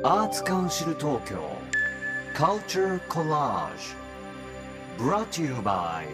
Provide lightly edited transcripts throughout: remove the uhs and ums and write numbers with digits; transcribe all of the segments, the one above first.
Arts Council Tokyo Culture Collage Brought to you by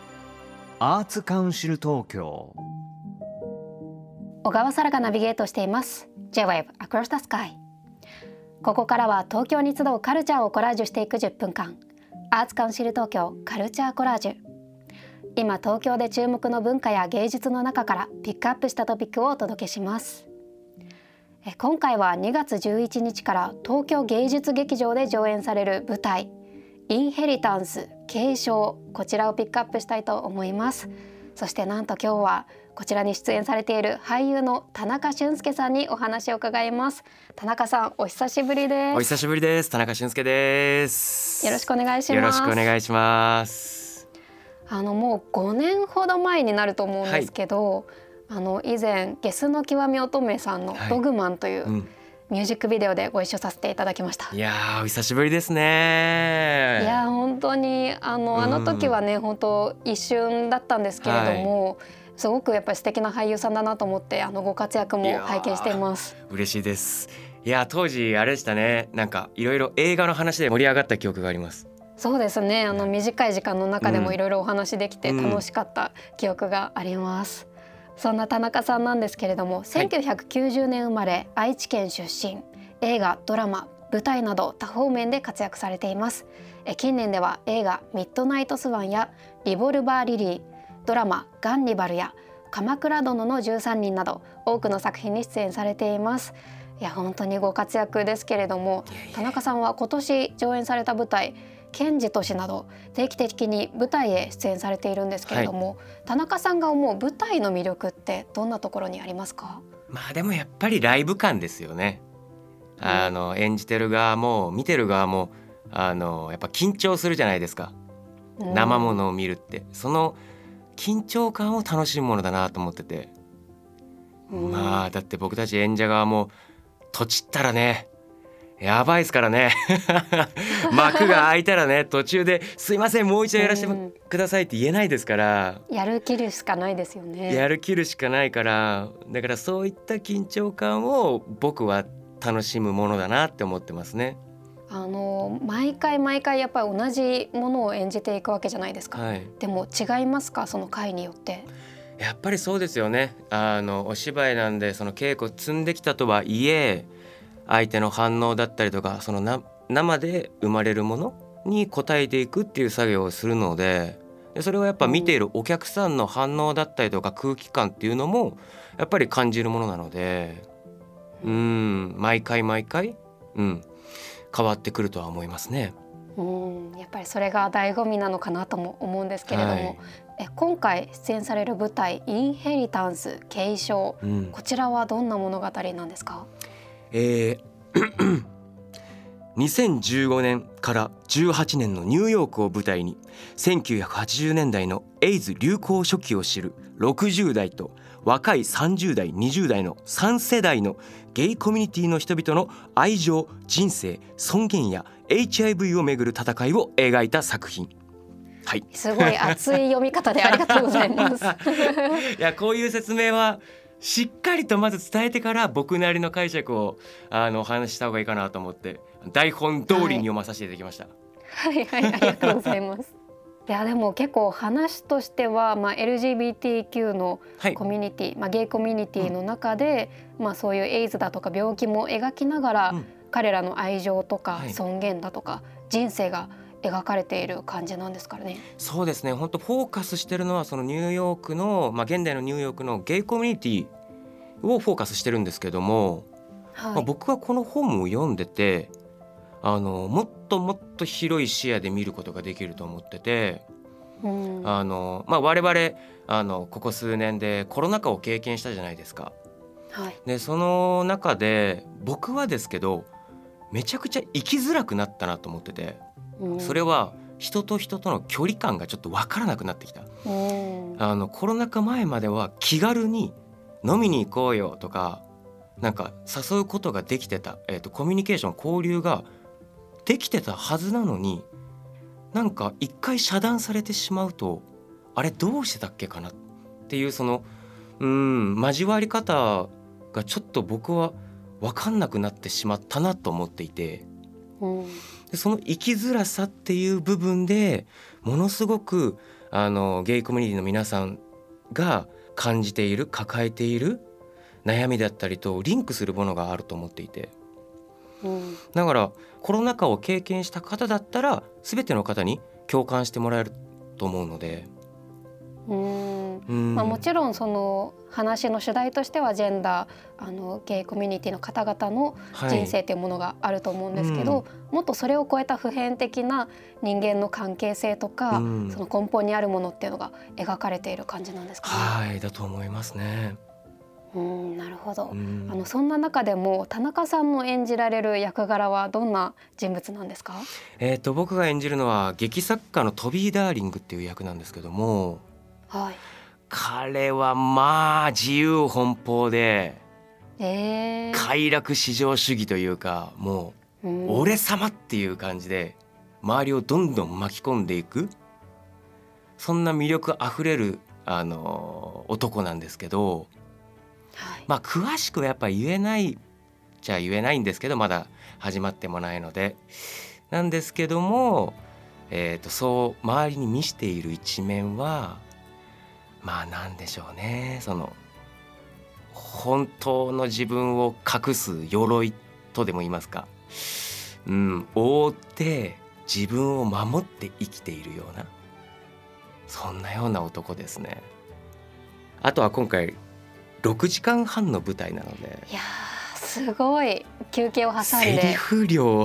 Arts Council Tokyo。 小川沙羅がナビゲートしています J-Wave Across the Sky。 ここからは東京に集うカルチャーをコラージュしていく10分間、アーツカウンシル東京カルチャーコラージュ。今東京で注目の文化や芸術の中からピックアップしたトピックをお届けします。今回は2月11日から東京芸術劇場で上演される舞台インヘリタンス継承、こちらをピックアップしたいと思います。そしてなんと今日はこちらに出演されている俳優の田中俊介さんにお話を伺います。田中さん、お久しぶりです。 お久しぶりです。田中俊介です。 よろしくお願いします。 よろしくお願いします。 もう5年ほど前になると思うんですけど、以前ゲスの極み乙女さんのドグマンという、ミュージックビデオでご一緒させていただきました。 いやー、お久しぶりですね。 いや本当にあの時はね、本当一瞬だったんですけれども、すごくやっぱり素敵な俳優さんだなと思ってご活躍も拝見しています。 嬉しいです。いや当時あれでしたね、なんかいろいろ映画の話で盛り上がった記憶があります。 そうですね、短い時間の中でもいろいろお話できて楽しかった記憶があります。そんな田中さんなんですけれども、1990年生まれ、愛知県出身、映画、ドラマ、舞台など多方面で活躍されています。近年では映画ミッドナイトスワンやリボルバーリリー、ドラマガンニバルや鎌倉殿の13人など多くの作品に出演されています。いや本当にご活躍ですけれども、田中さんは今年上演された舞台ケンジトシなど定期的に舞台へ出演されているんですけれども、田中さんが思う舞台の魅力ってどんなところにありますか？ でもやっぱりライブ感ですよね。演じてる側も見てる側もやっぱ緊張するじゃないですか、生ものを見るって。その緊張感を楽しむものだなと思ってて、だって僕たち演者側もとちったらね、やばいですからね幕が開いたらね、途中ですいませんもう一度やらせてくださいって言えないですから、 やる気るしかないですよね。 やる気るしかないから、だからそういった緊張感を僕は楽しむものだなって思ってますね。 毎回やっぱり同じものを演じていくわけじゃないですか、でも違いますか、その回によって？ やっぱりそうですよね。お芝居なんで、その稽古積んできたとはいえ、相手の反応だったりとか、その生で生まれるものに応えていくっていう作業をするので、それはやっぱ見ているお客さんの反応だったりとか空気感っていうのもやっぱり感じるものなので、毎回、変わってくるとは思いますね。 やっぱりそれが醍醐味なのかなとも思うんですけれども、今回出演される舞台インヘリタンス継承、こちらはどんな物語なんですか ？2015年から18年のニューヨークを舞台に、1980年代のエイズ流行初期を知る60代と若い30代20代の3世代のゲイコミュニティの人々の愛情、人生、尊厳や HIV をめぐる戦いを描いた作品。 すごい熱い読み方でありがとうございますいやこういう説明はしっかりとまず伝えてから僕なりの解釈をお話しした方がいいかなと思って台本通りに読まさせていただきました。 ありがとうございます。いやでも結構話としては、LGBTQ のコミュニティ、ゲイコミュニティの中で、そういうエイズだとか病気も描きながら、彼らの愛情とか尊厳だとか、人生が描かれている感じなんですからね。 そうですね、本当フォーカスしてるのはそのニューヨークの、現代のニューヨークのゲイコミュニティをフォーカスしてるんですけども、僕はこの本を読んでてもっともっと広い視野で見ることができると思ってて、我々ここ数年でコロナ禍を経験したじゃないですか、でその中で僕はですけどめちゃくちゃ生きづらくなったなと思ってて、それは人と人との距離感がちょっと分からなくなってきた。コロナ禍前までは気軽に飲みに行こうよとかなんか誘うことができてた、コミュニケーション交流ができてたはずなのに、なんか一回遮断されてしまうとあれどうしてたっけかなっていうその交わり方がちょっと僕は分かんなくなってしまったなと思っていて、でその生きづらさっていう部分でものすごくゲイコミュニティの皆さんが感じている抱えている悩みだったりとリンクするものがあると思っていて、だからコロナ禍を経験した方だったら全ての方に共感してもらえると思うので、 もちろんその話の主題としてはジェンダーゲイコミュニティの方々の人生というものがあると思うんですけど、もっとそれを超えた普遍的な人間の関係性とか、その根本にあるものっていうのが描かれている感じなんですかね。 はいだと思いますね。 なるほど。そんな中でも田中さんの演じられる役柄はどんな人物なんですか？ 僕が演じるのは劇作家のトビー・ダーリングっていう役なんですけども、彼はまあ自由奔放で、快楽至上主義というか、もう俺様っていう感じで周りをどんどん巻き込んでいく、そんな魅力あふれる男なんですけど、詳しくはやっぱ言えないじゃ言えないんですけど、まだ始まってもないのでなんですけども、そう周りに見せている一面はなんでしょうね、その本当の自分を隠す鎧とでも言いますか、覆って自分を守って生きているような、そんなような男ですね。あとは今回6時間半の舞台なので、 いやすごい休憩を挟んでセリフ量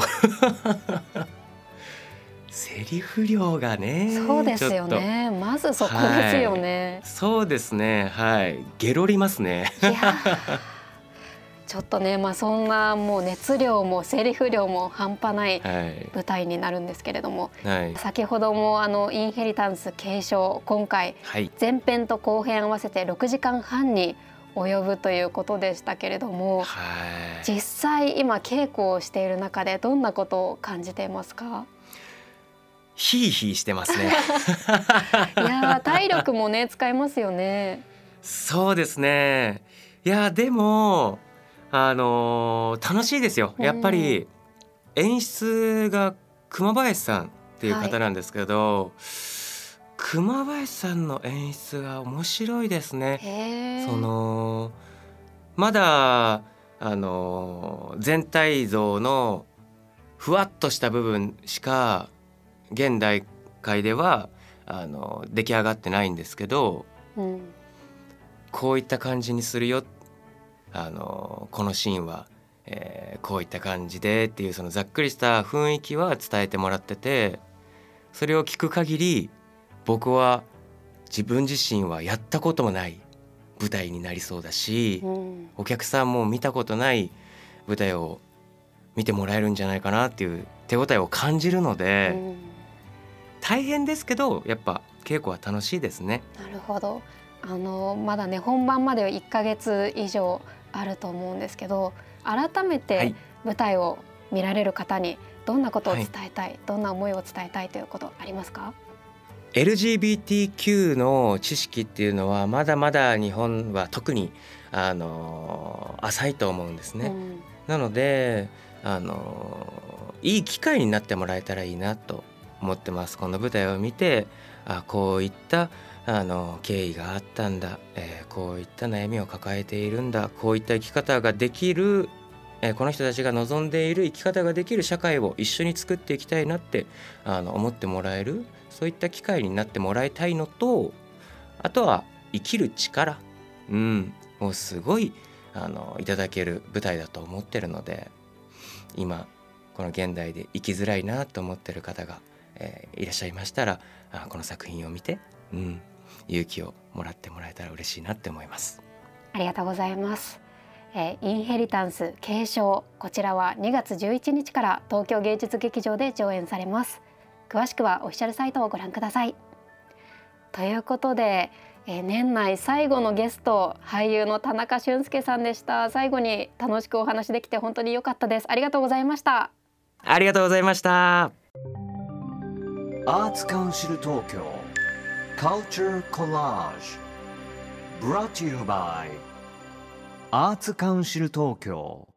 セリフ量がね、 そうですよね。まずそこですよね。 そうですね、ゲロりますね。 いやちょっとね、そんなもう熱量もセリフ量も半端ない舞台になるんですけれども、先ほどもインヘリタンス継承、今回前編と後編合わせて6時間半に及ぶということでしたけれども、実際今稽古をしている中でどんなことを感じていますか？ ヒーヒーしてますね。 いや体力もね使いますよね。 そうですね。いやでも楽しいですよ。やっぱり演出が熊林さんっていう方なんですけど、熊林さんの演出が面白いですね。まだ全体像のふわっとした部分しか現代界では出来上がってないんですけど、こういった感じにするよ、このシーンは、こういった感じでっていう、そのざっくりした雰囲気は伝えてもらってて、それを聞く限り僕は自分自身はやったこともない舞台になりそうだし、お客さんも見たことない舞台を見てもらえるんじゃないかなっていう手応えを感じるので、大変ですけどやっぱ稽古は楽しいですね。 なるほど。まだね本番までは1ヶ月以上あると思うんですけど、改めて舞台を見られる方にどんなことを伝えたい、どんな思いを伝えたいということありますか？ LGBTQ の知識っていうのはまだまだ日本は特に浅いと思うんですね。なのでいい機会になってもらえたらいいなと思ってます。この舞台を見て、こういった経緯があったんだ、こういった悩みを抱えているんだ、こういった生き方ができる、この人たちが望んでいる生き方ができる社会を一緒に作っていきたいなって思ってもらえる、そういった機会になってもらいたいのと、あとは生きる力、もうすごいいただける舞台だと思ってるので、今この現代で生きづらいなと思ってる方が、いらっしゃいましたら、この作品を見て、勇気をもらってもらえたら嬉しいなって思います。 ありがとうございます。インヘリタンス継承、こちらは2月11日から東京芸術劇場で上演されます。詳しくはオフィシャルサイトをご覧ください。ということで、年内最後のゲスト、俳優の田中俊介さんでした。最後に楽しくお話できて本当に良かったです。ありがとうございました。 ありがとうございました。 アーツカウンシル東京 Culture Collage Brought to you by アーツカウンシル東京